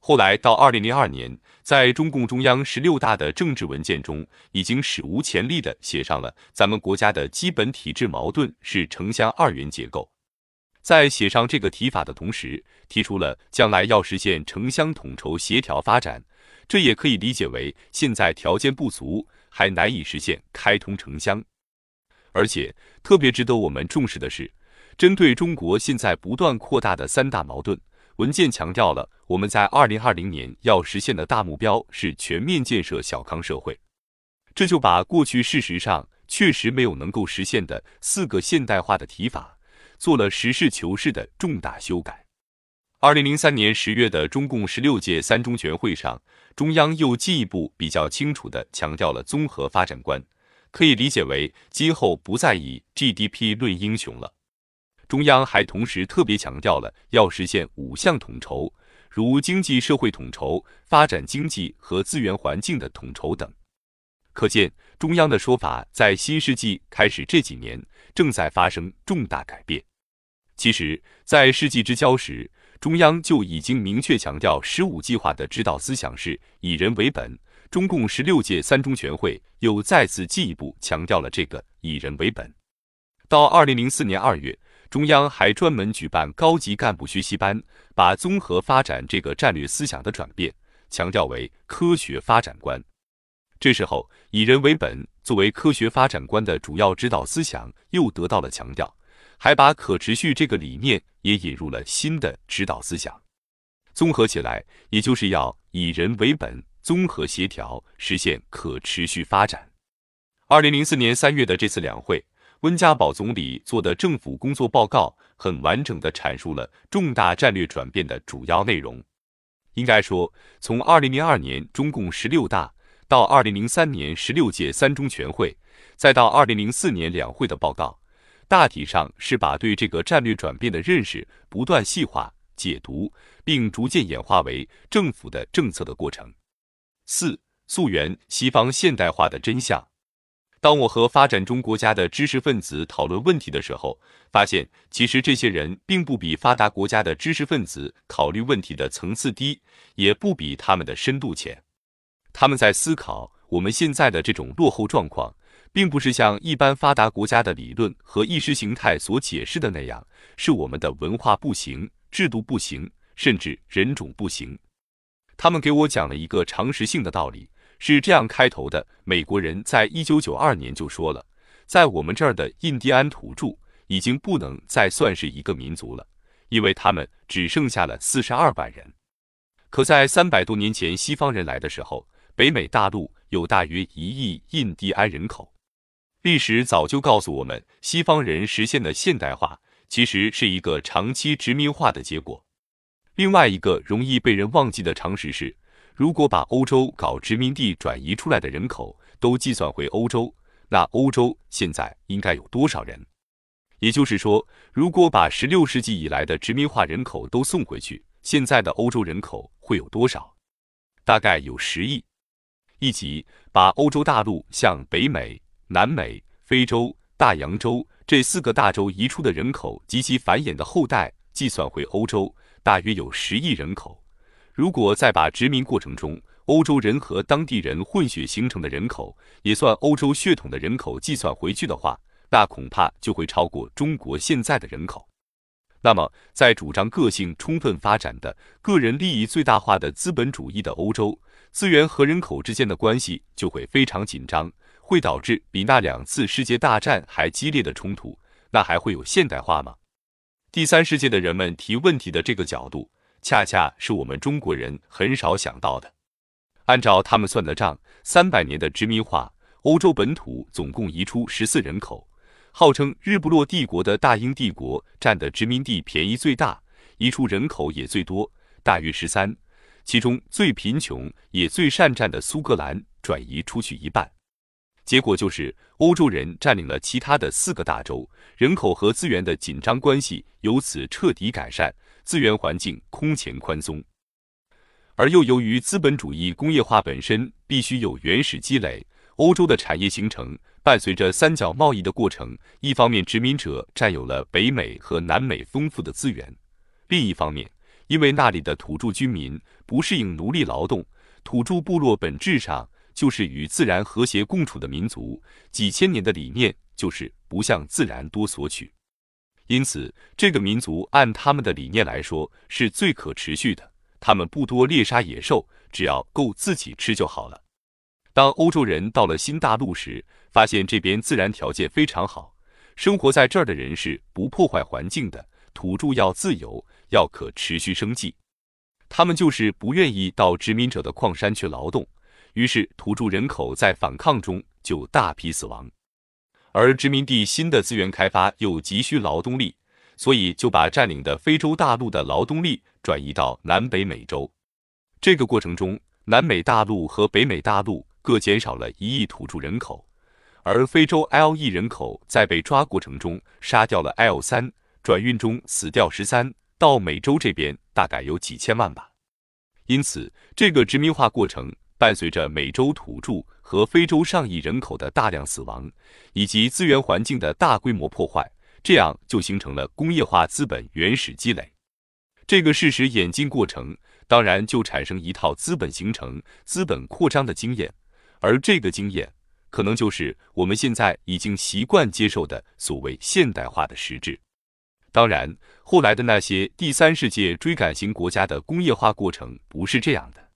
后来到2002年，在中共中央16大的政治文件中，已经史无前例地写上了咱们国家的基本体制矛盾是城乡二元结构。在写上这个提法的同时，提出了将来要实现城乡统筹协调发展，这也可以理解为现在条件不足，还难以实现开通城乡。而且特别值得我们重视的是，针对中国现在不断扩大的三大矛盾，文件强调了我们在2020年要实现的大目标是全面建设小康社会。这就把过去事实上确实没有能够实现的4个现代化的提法做了实事求是的重大修改。2003年10月的中共16届三中全会上，中央又进一步比较清楚地强调了综合发展观，可以理解为今后不再以 GDP 论英雄了。中央还同时特别强调了要实现5项统筹，如经济社会统筹、发展经济和资源环境的统筹等。可见，中央的说法在新世纪开始这几年正在发生重大改变。其实，在世纪之交时，中央就已经明确强调15计划的指导思想是以人为本，中共16届三中全会又再次进一步强调了这个以人为本。到2004年2月，中央还专门举办高级干部学习班，把综合发展这个战略思想的转变强调为科学发展观。这时候，以人为本作为科学发展观的主要指导思想又得到了强调，还把可持续这个理念也引入了新的指导思想。综合起来，也就是要以人为本，综合协调，实现可持续发展。2004年3月的这次两会，温家宝总理做的政府工作报告很完整地阐述了重大战略转变的主要内容。应该说，从2002年中共16大到2003年16届三中全会，再到2004年两会的报告，大体上是把对这个战略转变的认识不断细化、解读，并逐渐演化为政府的政策的过程。4. 溯源西方现代化的真相。当我和发展中国家的知识分子讨论问题的时候，发现其实这些人并不比发达国家的知识分子考虑问题的层次低，也不比他们的深度浅。他们在思考我们现在的这种落后状况，并不是像一般发达国家的理论和意识形态所解释的那样，是我们的文化不行、制度不行，甚至人种不行。他们给我讲了一个常识性的道理，是这样开头的：美国人在1992年就说了，在我们这儿的印第安土著已经不能再算是一个民族了，因为他们只剩下了42万人。可在300多年前西方人来的时候，北美大陆有大约1亿印第安人口。历史早就告诉我们，西方人实现的现代化其实是一个长期殖民化的结果。另外一个容易被人忘记的常识是，如果把欧洲搞殖民地转移出来的人口都计算回欧洲，那欧洲现在应该有多少人？也就是说，如果把16世纪以来的殖民化人口都送回去，现在的欧洲人口会有多少？大概有10亿。以及把欧洲大陆向北美、南美、非洲、大洋洲这4个大洲移出的人口及其繁衍的后代计算回欧洲，大约有10亿人口。如果再把殖民过程中欧洲人和当地人混血形成的人口，也算欧洲血统的人口计算回去的话，那恐怕就会超过中国现在的人口。那么，在主张个性充分发展的、个人利益最大化的资本主义的欧洲，资源和人口之间的关系就会非常紧张，会导致比那2次世界大战还激烈的冲突。那还会有现代化吗？第三世界的人们提问题的这个角度，恰恰是我们中国人很少想到的。按照他们算的账，300年的殖民化，欧洲本土总共移出14人口。号称日不落帝国的大英帝国占的殖民地便宜最大，移出人口也最多，大约13，其中最贫穷也最善战的苏格兰转移出去一半。结果就是欧洲人占领了其他的4个大洲，人口和资源的紧张关系由此彻底改善，资源环境空前宽松。而又由于资本主义工业化本身必须有原始积累，欧洲的产业形成伴随着三角贸易的过程，一方面殖民者占有了北美和南美丰富的资源，另一方面因为那里的土著居民不适应奴隶劳动，土著部落本质上就是与自然和谐共处的民族，几千年的理念就是不向自然多索取。因此，这个民族按他们的理念来说是最可持续的，他们不多猎杀野兽，只要够自己吃就好了。当欧洲人到了新大陆时，发现这边自然条件非常好，生活在这儿的人是不破坏环境的，土著要自由，要可持续生计。他们就是不愿意到殖民者的矿山去劳动，于是土著人口在反抗中就大批死亡。而殖民地新的资源开发又急需劳动力，所以就把占领的非洲大陆的劳动力转移到南北美洲。这个过程中，南美大陆和北美大陆各减少了1亿土著人口，而非洲 L1 人口在被抓过程中杀掉了 L3， 转运中死掉13，到美洲这边大概有几千万吧。因此，这个殖民化过程伴随着美洲土著和非洲上亿人口的大量死亡，以及资源环境的大规模破坏，这样就形成了工业化资本原始积累。这个事实演进过程当然就产生一套资本形成、资本扩张的经验，而这个经验可能就是我们现在已经习惯接受的所谓现代化的实质。当然，后来的那些第三世界追赶型国家的工业化过程不是这样的。